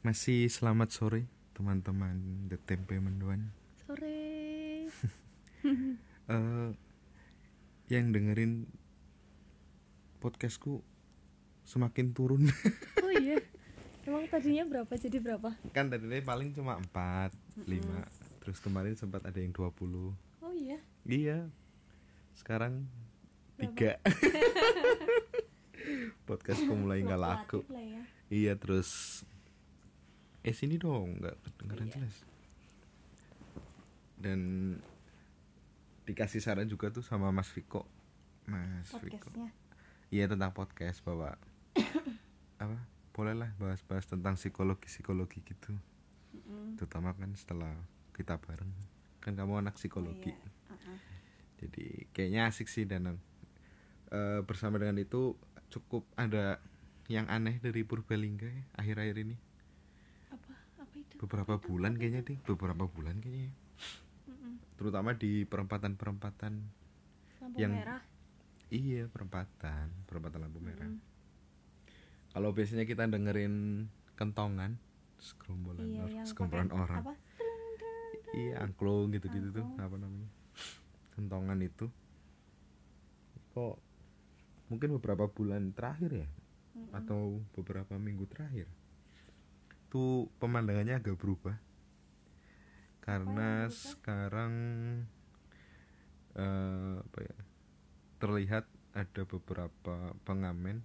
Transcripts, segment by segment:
Masih selamat sore teman-teman The Tempe Mendoan. Sore. Yang dengerin podcastku semakin turun. Oh iya. Emang tadinya berapa jadi berapa? Kan tadinya paling cuma 4, 5. Terus kemarin sempat ada yang 20. Oh iya. Iya. Sekarang 3. Podcastku mulai nggak laku. Ya. Iya, terus sini dong, nggak kedengeran jelas. Dan dikasih saran juga tuh sama Mas Viko. Podcastnya. Iya, tentang podcast bahwa apa? Bolehlah bahas-bahas tentang psikologi gitu. Terutama kan setelah kita bareng. Kan kamu anak psikologi. Oh, iya. Jadi kayaknya asik sih, dan bersama dengan itu cukup ada yang aneh dari Purbalingga ya, akhir-akhir ini. Apa itu? Beberapa bulan kayaknya. Terutama di perempatan Lampu yang merah. Iya, perempatan lampu merah. Kalau biasanya kita dengerin kentongan, segerombolan orang. Apa? Iya, angklung gitu-gitu tuh, apa namanya? Kentongan itu. Kok mungkin beberapa bulan terakhir ya? Atau beberapa minggu terakhir. Tuh pemandangannya agak berubah. Karena sekarang terlihat ada beberapa pengamen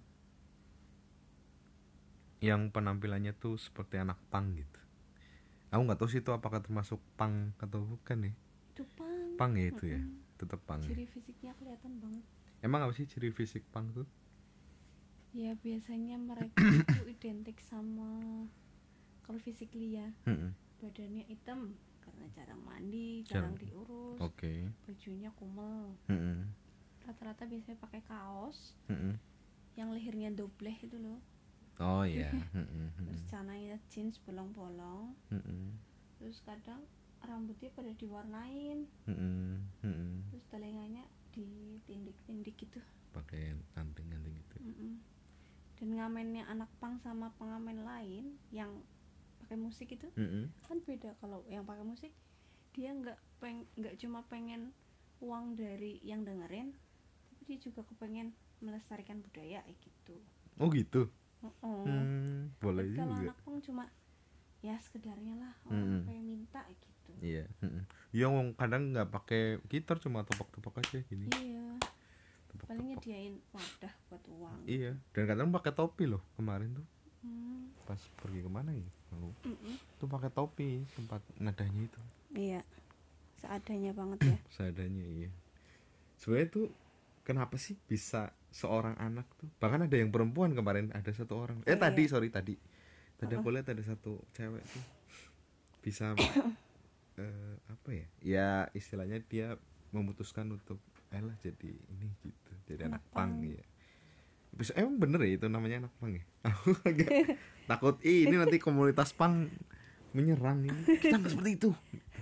yang penampilannya tuh seperti anak punk gitu. Aku nggak tahu sih itu apakah termasuk punk atau bukan ya. Itu punk. Punk ya itu ya, tetap punk. Ciri fisiknya kelihatan banget. Emang apa sih ciri fisik punk tuh? Ya biasanya mereka itu identik sama kalau fisik Lia. Badannya hitam karena jarang mandi, jarang diurus. Bajunya kumel. Rata-rata biasanya pakai kaos yang lehernya dobleh itu loh. Oh iya. Terus celananya jeans bolong-bolong. Terus kadang rambutnya pada diwarnain. Terus telinganya ditindik-tindik gitu. Pakai anting-anting gitu. Dan ngamennya anak pang sama pengamen lain yang pakai musik itu kan beda. Kalau yang pakai musik dia nggak cuma pengen uang dari yang dengerin, tapi dia juga kepengen melestarikan budaya gitu. Oh gitu. Boleh juga. Kalau anak pang cuma ya sekedarnya lah, orang kayak minta gitu. Iya. Yang kadang nggak pakai gitar, cuma topak-topak aja gini. Iya. Paling nyediain wadah buat uang. Iya. Dan kadang pakai topi loh kemarin tuh. Pas pergi kemana ya? Tuh pakai topi tempat nadanya itu. Iya. Seadanya banget ya. Seadanya, iya. Sebenarnya tuh kenapa sih bisa seorang anak tuh? Bahkan ada yang perempuan kemarin, ada satu orang. Tadi aku lihat ada satu cewek tuh bisa apa ya? Ya istilahnya dia memutuskan untuk jadi ini gitu. Jadi anak pang ya. Bisa, emang bener ya itu namanya anak pang ya? Aku agak takut ini nanti komunitas pang menyerang ini. Kita nggak seperti itu.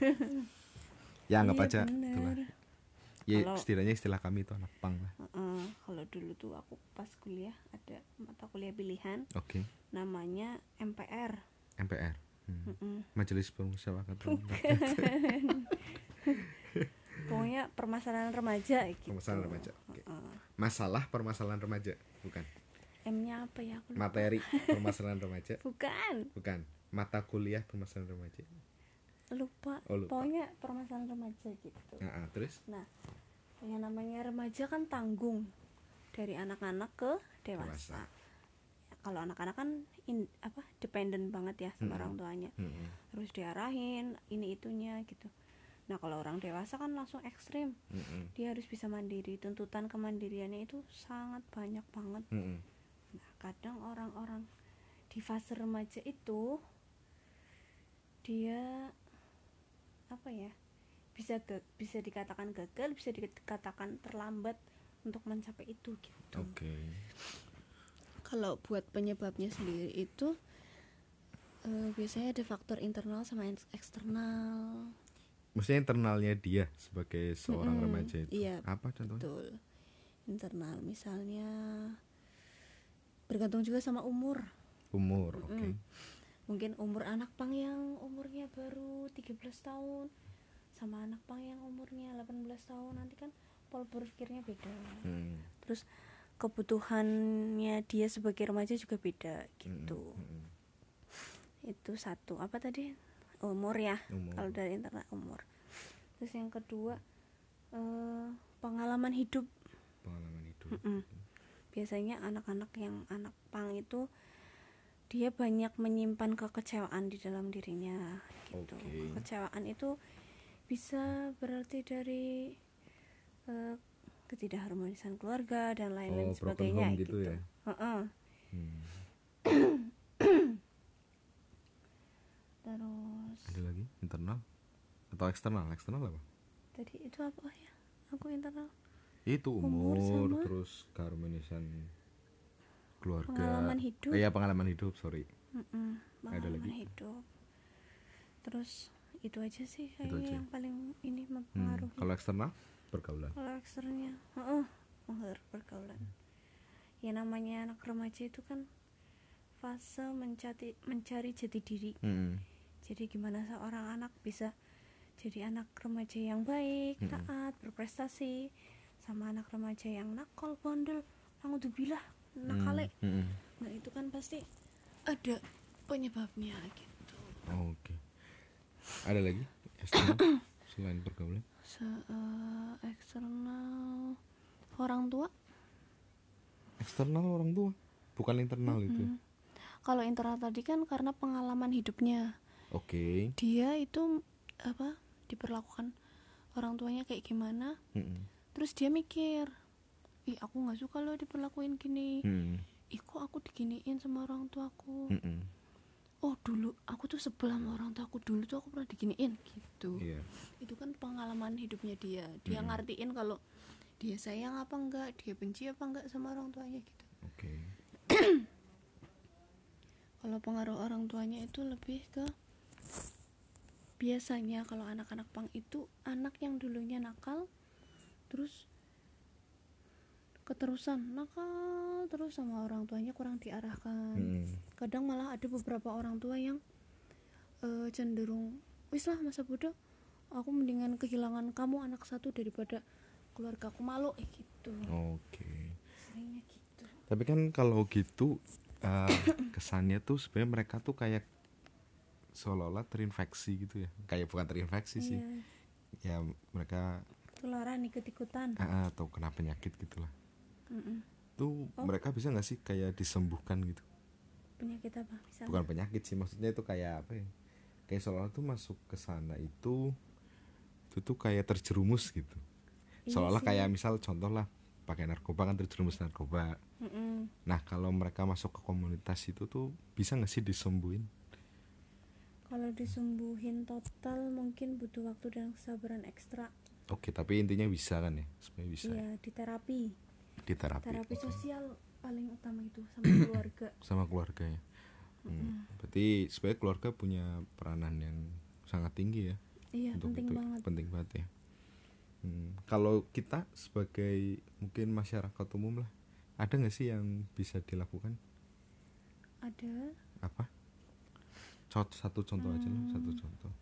Ya anggap aja itulah. Ya setidaknya istilah kami itu anak pang lah. Kalau dulu tuh aku pas kuliah ada mata kuliah pilihan. Namanya MPR. Majelis Permusyawaratan Rakyat. Pokoknya permasalahan remaja gitu. Permasalahan remaja. Permasalahan remaja, bukan. M-nya apa ya? Aku lupa. Materi permasalahan remaja. Bukan. Mata kuliah permasalahan remaja. Lupa. Pokoknya permasalahan remaja gitu. Terus? Nah, yang namanya remaja kan tanggung dari anak-anak ke dewasa. Ya, kalau anak-anak kan dependen banget ya sama orang tuanya. Harus diarahin ini itunya gitu. Nah, kalau orang dewasa kan langsung ekstrim. Dia harus bisa mandiri. Tuntutan kemandiriannya itu sangat banyak banget. Nah, kadang orang-orang di fase remaja itu dia bisa dikatakan gagal, bisa dikatakan terlambat untuk mencapai itu gitu. Kalau buat penyebabnya sendiri itu biasanya ada faktor internal sama eksternal. Maksudnya internalnya dia sebagai seorang remaja itu. Iya, apa contohnya? Betul. Internal misalnya bergantung juga sama umur. Mungkin umur anak pang yang umurnya baru 13 tahun sama anak pang yang umurnya 18 tahun nanti kan pola berpikirnya beda. Terus kebutuhannya dia sebagai remaja juga beda gitu. Itu satu. Apa tadi? Umur ya. Kalau dari internal umur. Terus yang kedua pengalaman hidup. Biasanya anak-anak yang anak pang itu dia banyak menyimpan kekecewaan di dalam dirinya gitu. Kekecewaan itu bisa berarti dari ketidakharmonisan keluarga dan lain-lain sebagainya gitu. Ya? Terus ada lagi internal atau eksternal? Eksternal apa? Tadi itu apa ya? Aku internal. Itu umur terus keharmonisan keluarga. Pengalaman hidup. Pengalaman hidup, sorry. Pengalaman hidup. Terus itu aja sih kayaknya yang paling ini mempengaruhi. Kalau eksternal pergaulan. Kalau eksternalnya pergaulan. Ya namanya anak remaja itu kan fase mencari jati diri. Jadi gimana seorang anak bisa jadi anak remaja yang baik, taat, berprestasi, sama anak remaja yang nakal, bandel, naudzubillah, nakale. Nah itu kan pasti ada penyebabnya gitu. Oke. Ada lagi eksternal selain pergaulan? Eksternal orang tua. Eksternal orang tua, bukan internal itu. Kalau internal tadi kan karena pengalaman hidupnya. Dia itu diperlakukan orang tuanya kayak gimana. Terus dia mikir, aku nggak suka loh diperlakuin gini. Kok aku diginiin sama orang tuaku. Oh dulu aku tuh sebel sama orang tuaku, dulu tuh aku pernah diginiin gitu. Itu kan pengalaman hidupnya dia. Dia ngertiin kalau dia sayang apa enggak, dia benci apa enggak sama orang tuanya gitu. Kalau pengaruh orang tuanya itu lebih ke biasanya kalau anak-anak pang itu anak yang dulunya nakal terus keterusan nakal terus sama orang tuanya kurang diarahkan. Kadang malah ada beberapa orang tua yang cenderung wis lah masa bodoh, aku mendingan kehilangan kamu anak satu daripada keluarga aku malu gitu. Seringnya gitu. Tapi kan kalau gitu kesannya tuh sebenarnya mereka tuh kayak seolah-olah terinfeksi gitu ya. Kayak bukan terinfeksi sih. Ya mereka tularan ikut-ikutan. Atau kena penyakit gitulah. Tuh mereka bisa nggak sih kayak disembuhkan gitu? Penyakit apa? Misalnya? Bukan penyakit sih, maksudnya itu kayak apa ya? Kayak seolah-olah tuh masuk ke sana itu tuh kayak terjerumus gitu. Seolah-olah kayak misal contoh lah pakai narkoba kan terjerumus narkoba. Nah kalau mereka masuk ke komunitas itu tuh bisa nggak sih disembuhin? Kalau disembuhin total mungkin butuh waktu dan kesabaran ekstra. Tapi intinya bisa kan ya? Sebenarnya bisa. Iya, di terapi. Terapi sosial paling utama itu sama keluarga. Sama keluarga ya. Berarti sebenarnya keluarga punya peranan yang sangat tinggi ya. Iya, penting banget ya. Kalau kita sebagai mungkin masyarakat umum lah, ada nggak sih yang bisa dilakukan? Ada. Apa? Satu contoh aja lah, satu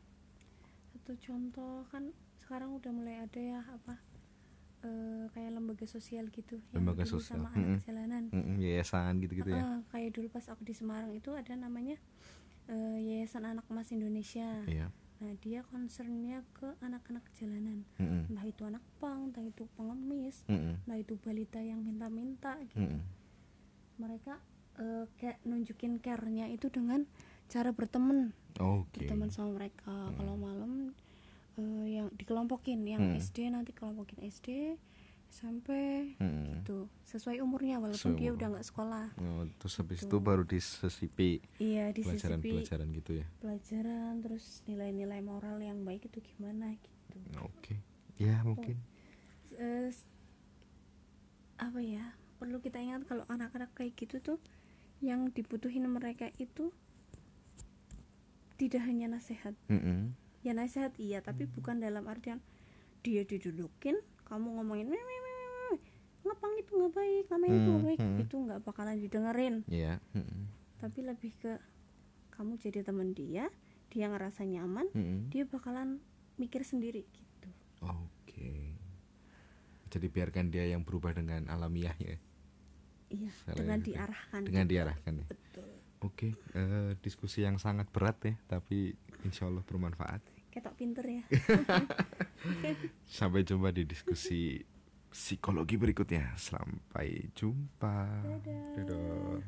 contoh kan sekarang udah mulai ada ya kayak lembaga sosial gitu, lembaga sosial sama anak jalanan, yayasan gitu-gitu ya. Kayak dulu pas aku di Semarang itu ada namanya Yayasan Anak Emas Indonesia. Nah dia concernnya ke anak-anak jalanan, entah itu anak pang, entah itu pengemis, entah itu balita yang minta-minta gitu. Mereka kayak nunjukin care-nya itu dengan cara berteman, berteman sama mereka. Kalau malam yang dikelompokin, yang SD nanti kelompokin SD, SMP gitu, sesuai umurnya walaupun dia udah nggak sekolah. Terus habis itu baru disisipi. Iya, disisipi pelajaran gitu ya. Pelajaran terus nilai-nilai moral yang baik itu gimana gitu. Ya mungkin. Apa ya? Perlu kita ingat kalau anak-anak kayak gitu tuh yang dibutuhin mereka itu tidak hanya nasihat. Ya nasihat iya, tapi bukan dalam artian dia didudukin, kamu ngomongin ngapang itu nggak baik, ngapain itu nggak baik, itu nggak bakalan didengerin. Tapi lebih ke kamu jadi teman dia ngerasa nyaman, dia bakalan mikir sendiri gitu. Oke. Jadi biarkan dia yang berubah dengan alamiahnya. Iya, Dengan diarahkan ya. Betul. Oke, diskusi yang sangat berat ya, tapi insya Allah bermanfaat. Ketok pinter ya. Sampai jumpa di diskusi psikologi berikutnya. Sampai jumpa. Dadah. Dadah.